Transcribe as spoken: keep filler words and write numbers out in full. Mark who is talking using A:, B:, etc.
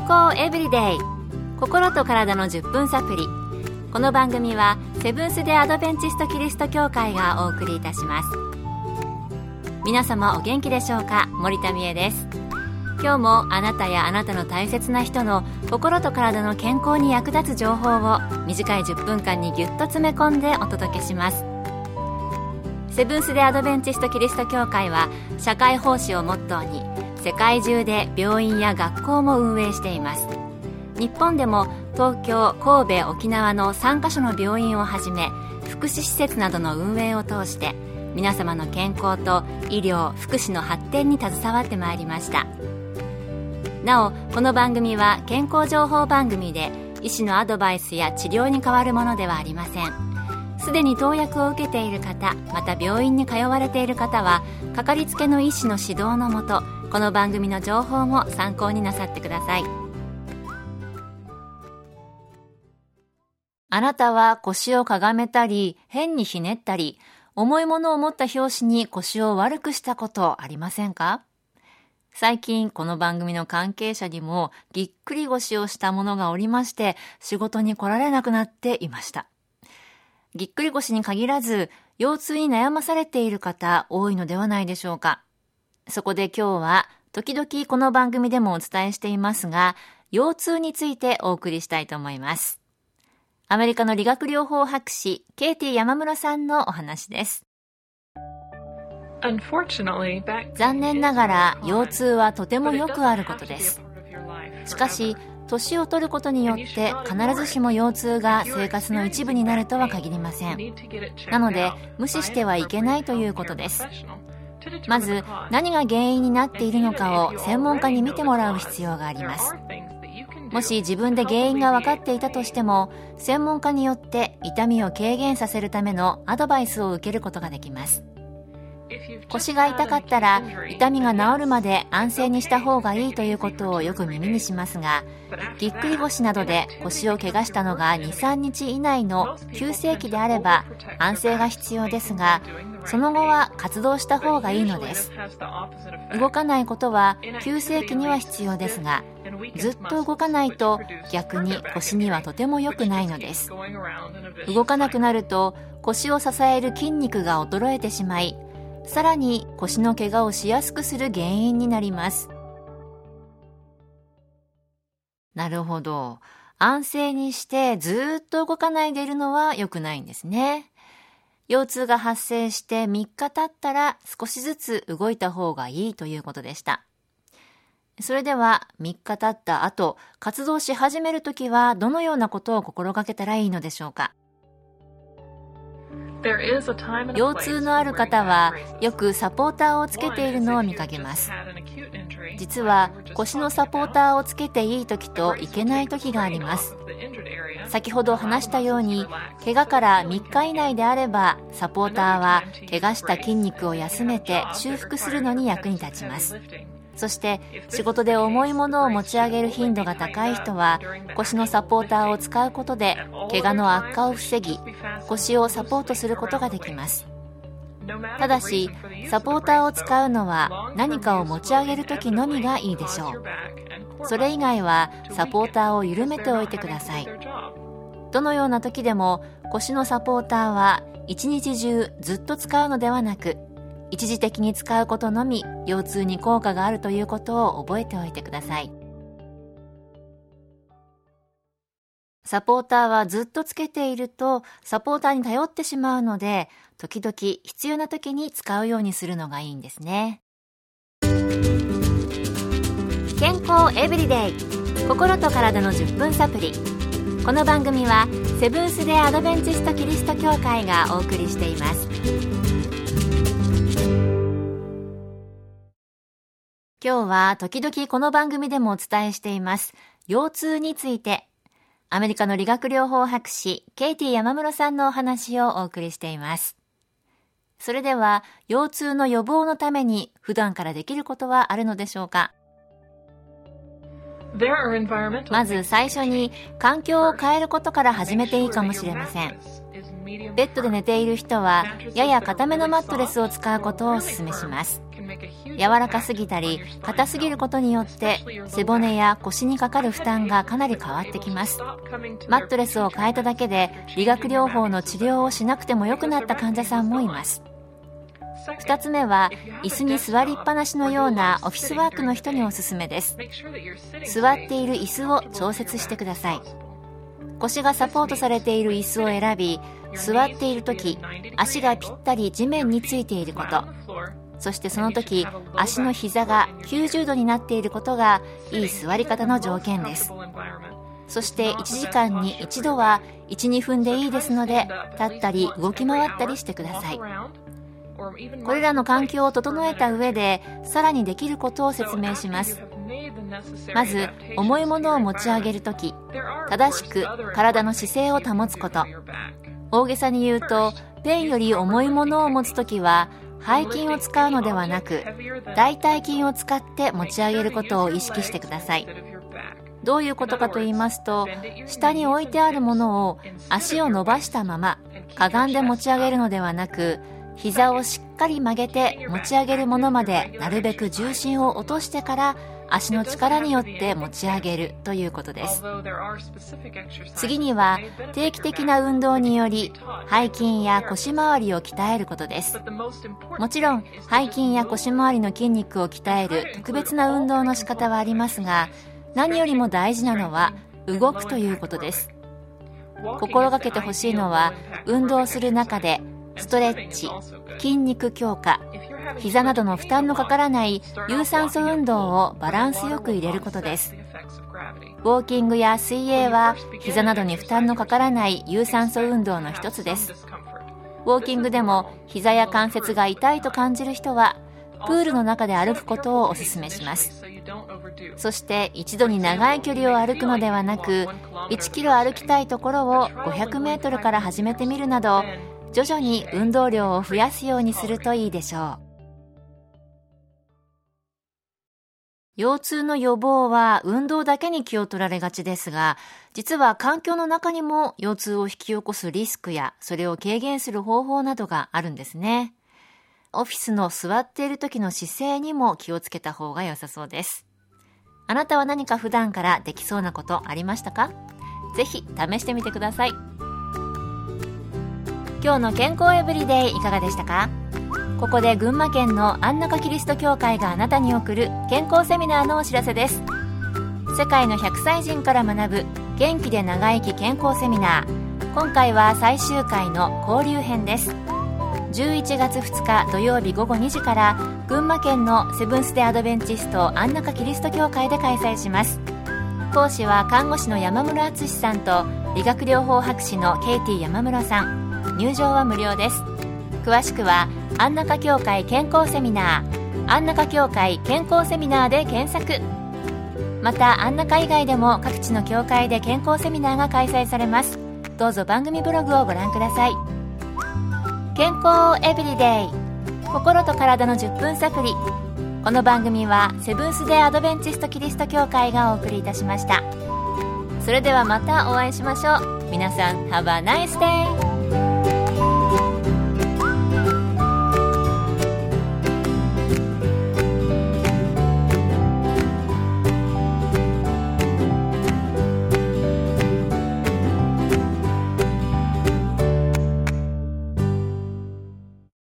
A: 康エブリデイ、心と体のじゅっぷんサプリ。この番組はセブンス・デ・アドベンチスト・キリスト教会がお送りいたします。皆様お元気でしょうか。森田美恵です。今日もあなたやあなたの大切な人の心と体の健康に役立つ情報を短いじゅっぷんかんにぎゅっと詰め込んでお届けします。セブンス・デ・アドベンチスト・キリスト教会は社会奉仕をモットーに世界中で病院や学校も運営しています。日本でも東京、神戸、沖縄のさんカ所の病院をはじめ福祉施設などの運営を通して皆様の健康と医療・福祉の発展に携わってまいりました。なお、この番組は健康情報番組で医師のアドバイスや治療に代わるものではありません。すでに投薬を受けている方、また病院に通われている方はかかりつけの医師の指導のもと、この番組の情報も参考になさってください。あなたは腰をかがめたり変にひねったり重いものを持った拍子に腰を悪くしたことありませんか？最近この番組の関係者にもぎっくり腰をした者がおりまして、仕事に来られなくなっていました。ぎっくり腰に限らず腰痛に悩まされている方多いのではないでしょうか。そこで今日は時々この番組でもお伝えしていますが、腰痛についてお送りしたいと思います。アメリカの理学療法博士ケイティ山室さんのお話です。残念ながら腰痛はとてもよくあることです。しかし年を取ることによって必ずしも腰痛が生活の一部になるとは限りません。なので無視してはいけないということです。まず何が原因になっているのかを専門家に見てもらう必要があります。もし自分で原因が分かっていたとしても、専門家によって痛みを軽減させるためのアドバイスを受けることができます。腰が痛かったら痛みが治るまで安静にした方がいいということをよく耳にしますが、ぎっくり腰などで腰を怪我したのが にさんにち以内の急性期であれば安静が必要ですが、その後は活動した方がいいのです。動かないことは急性期には必要ですが、ずっと動かないと逆に腰にはとても良くないのです。動かなくなると腰を支える筋肉が衰えてしまい、さらに腰の怪我をしやすくする原因になります。なるほど。安静にしてずっと動かないでいるのは良くないんですね。腰痛が発生してみっか経ったら少しずつ動いた方がいいということでした。それではみっか経った後、活動し始めるときはどのようなことを心がけたらいいのでしょうか。腰痛のある方はよくサポーターをつけているのを見かけます。実は腰のサポーターをつけていい時といけない時があります。先ほど話したように、怪我からみっか以内であればサポーターは怪我した筋肉を休めて修復するのに役に立ちます。そして仕事で重いものを持ち上げる頻度が高い人は腰のサポーターを使うことで怪我の悪化を防ぎ、腰をサポートすることができます。ただしサポーターを使うのは何かを持ち上げるときのみがいいでしょう。それ以外はサポーターを緩めておいてください。どのような時でも腰のサポーターは一日中ずっと使うのではなく、一時的に使うことのみ腰痛に効果があるということを覚えておいてください。サポーターはずっとつけているとサポーターに頼ってしまうので、時々必要な時に使うようにするのがいいんですね。健康エブリデイ、心と体のじゅっぷんサプリ。この番組はセブンス・デ・アドベンチスト・キリスト教会がお送りしています。今日は時々この番組でもお伝えしています腰痛について、アメリカの理学療法博士ケイティ山室さんのお話をお送りしています。それでは腰痛の予防のために普段からできることはあるのでしょうか。まず最初に環境を変えることから始めていいかもしれません。 ベッドで寝ている人はやや硬めのマットレスを使うことをお勧めします。柔らかすぎたり硬すぎることによって背骨や腰にかかる負担がかなり変わってきます。マットレスを変えただけで理学療法の治療をしなくても良くなった患者さんもいます。ふたつめは椅子に座りっぱなしのようなオフィスワークの人におすすめです。座っている椅子を調節してください。腰がサポートされている椅子を選び、座っているとき足がぴったり地面についていること、そしてその時足の膝がきゅうじゅうどになっていることがいい座り方の条件です。そしていちじかんに一度はいち、にふんでいいですので立ったり動き回ったりしてください。これらの環境を整えた上でさらにできることを説明します。まず重いものを持ち上げるとき、正しく体の姿勢を保つこと。大げさに言うと、ペンより重いものを持つときは背筋を使うのではなく大腿筋を使って持ち上げることを意識してください。どういうことかと言いますと、下に置いてあるものを足を伸ばしたままかがんで持ち上げるのではなく、膝をしっかり曲げて持ち上げるものまでなるべく重心を落としてから足の力によって持ち上げるということです。次には定期的な運動により背筋や腰回りを鍛えることです。もちろん背筋や腰回りの筋肉を鍛える特別な運動の仕方はありますが、何よりも大事なのは動くということです。心がけてほしいのは、運動する中でストレッチ、筋肉強化、膝などの負担のかからない有酸素運動をバランスよく入れることです。ウォーキングや水泳は膝などに負担のかからない有酸素運動の一つです。ウォーキングでも膝や関節が痛いと感じる人はプールの中で歩くことをお勧めします。そして一度に長い距離を歩くのではなく、いちキロ歩きたいところをごひゃくメートルから始めてみるなど、徐々に運動量を増やすようにするといいでしょう。腰痛の予防は運動だけに気を取られがちですが、実は環境の中にも腰痛を引き起こすリスクやそれを軽減する方法などがあるんですね。オフィスの座っている時の姿勢にも気をつけた方が良さそうです。あなたは何か普段からできそうなことありましたか？ぜひ試してみてください。今日の健康エブリデイいかがでしたか？ここで群馬県の安中キリスト教会があなたに送る健康セミナーのお知らせです。世界のひゃくさい人から学ぶ元気で長生き健康セミナー、今回は最終回の交流編です。じゅういちがつふつか土曜日午後にじから群馬県のセブンス・デ・アドベンチスト安中キリスト教会で開催します。講師は看護師の山室敦さんと理学療法博士のケイティ山室さん。入場は無料です。詳しくは安中教会健康セミナー、安中教会健康セミナーで検索。また安中以外でも各地の教会で健康セミナーが開催されます。どうぞ番組ブログをご覧ください。健康エブリデイ、心と体のじゅっぷんサプリ。この番組はセブンス・デ・アドベンチスト・キリスト教会がお送りいたしました。それではまたお会いしましょう。皆さん Have a nice day!